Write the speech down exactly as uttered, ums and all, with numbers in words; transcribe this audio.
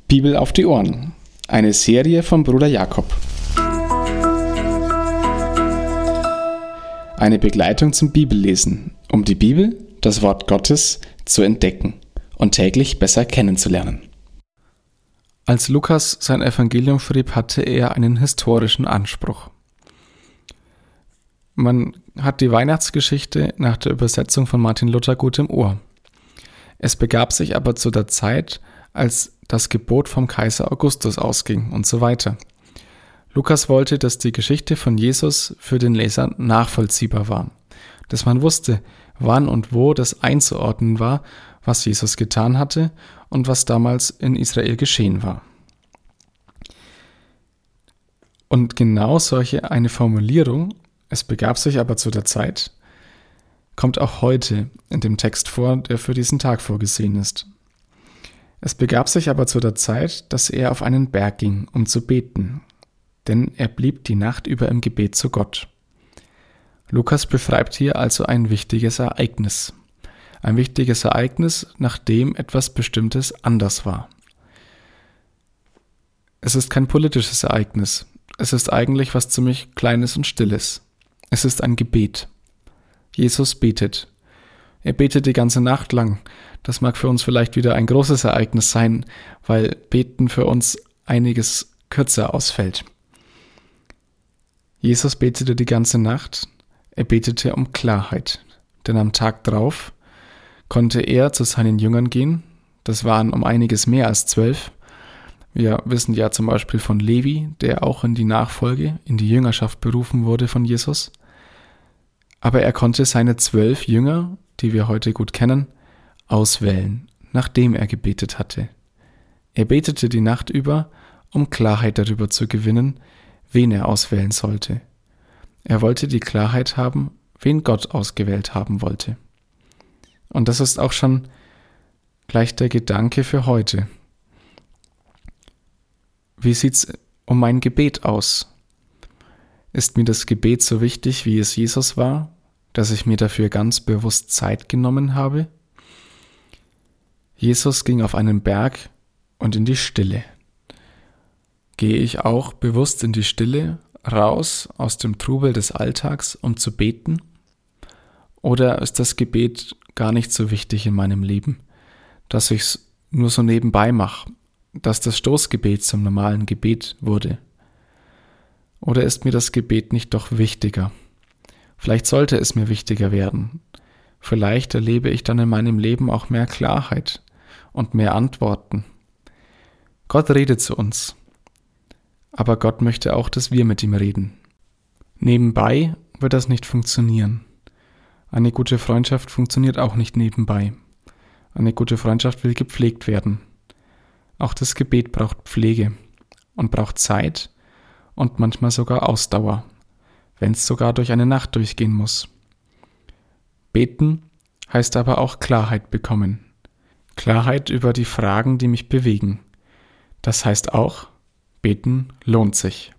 Bibel auf die Ohren. Eine Serie von Bruder Jakob. Eine Begleitung zum Bibellesen, um die Bibel, das Wort Gottes, zu entdecken und täglich besser kennenzulernen. Als Lukas sein Evangelium schrieb, hatte er einen historischen Anspruch. Man hat die Weihnachtsgeschichte nach der Übersetzung von Martin Luther gut im Ohr. Es begab sich aber zu der Zeit, als das Gebot vom Kaiser Augustus ausging und so weiter. Lukas wollte, dass die Geschichte von Jesus für den Leser nachvollziehbar war, dass man wusste, wann und wo das einzuordnen war, was Jesus getan hatte und was damals in Israel geschehen war. Und genau solche eine Formulierung, es begab sich aber zu der Zeit, kommt auch heute in dem Text vor, der für diesen Tag vorgesehen ist. Es begab sich aber zu der Zeit, dass er auf einen Berg ging, um zu beten, denn er blieb die Nacht über im Gebet zu Gott. Lukas beschreibt hier also ein wichtiges Ereignis. Ein wichtiges Ereignis, nachdem etwas Bestimmtes anders war. Es ist kein politisches Ereignis. Es ist eigentlich was ziemlich Kleines und Stilles. Es ist ein Gebet. Jesus betet. Er betet die ganze Nacht lang. Das mag für uns vielleicht wieder ein großes Ereignis sein, weil Beten für uns einiges kürzer ausfällt. Jesus betete die ganze Nacht. Er betete um Klarheit. Denn am Tag drauf konnte er zu seinen Jüngern gehen. Das waren um einiges mehr als zwölf. Wir wissen ja zum Beispiel von Levi, der auch in die Nachfolge, in die Jüngerschaft berufen wurde von Jesus. Aber er konnte seine zwölf Jünger, die wir heute gut kennen, auswählen, nachdem er gebetet hatte. Er betete die Nacht über, um Klarheit darüber zu gewinnen, wen er auswählen sollte. Er wollte die Klarheit haben, wen Gott ausgewählt haben wollte. Und das ist auch schon gleich der Gedanke für heute. Wie sieht's um mein Gebet aus? Ist mir das Gebet so wichtig, wie es Jesus war, dass ich mir dafür ganz bewusst Zeit genommen habe? Jesus ging auf einen Berg und in die Stille. Gehe ich auch bewusst in die Stille, raus aus dem Trubel des Alltags, um zu beten? Oder ist das Gebet gar nicht so wichtig in meinem Leben, dass ich es nur so nebenbei mache, dass das Stoßgebet zum normalen Gebet wurde? Oder ist mir das Gebet nicht doch wichtiger? Vielleicht sollte es mir wichtiger werden. Vielleicht erlebe ich dann in meinem Leben auch mehr Klarheit und mehr Antworten. Gott redet zu uns, aber Gott möchte auch, dass wir mit ihm reden. Nebenbei wird das nicht funktionieren. Eine gute Freundschaft funktioniert auch nicht nebenbei. Eine gute Freundschaft will gepflegt werden. Auch das Gebet braucht Pflege und braucht Zeit und manchmal sogar Ausdauer, wenn es sogar durch eine Nacht durchgehen muss. Beten heißt aber auch Klarheit bekommen. Klarheit über die Fragen, die mich bewegen. Das heißt auch, beten lohnt sich.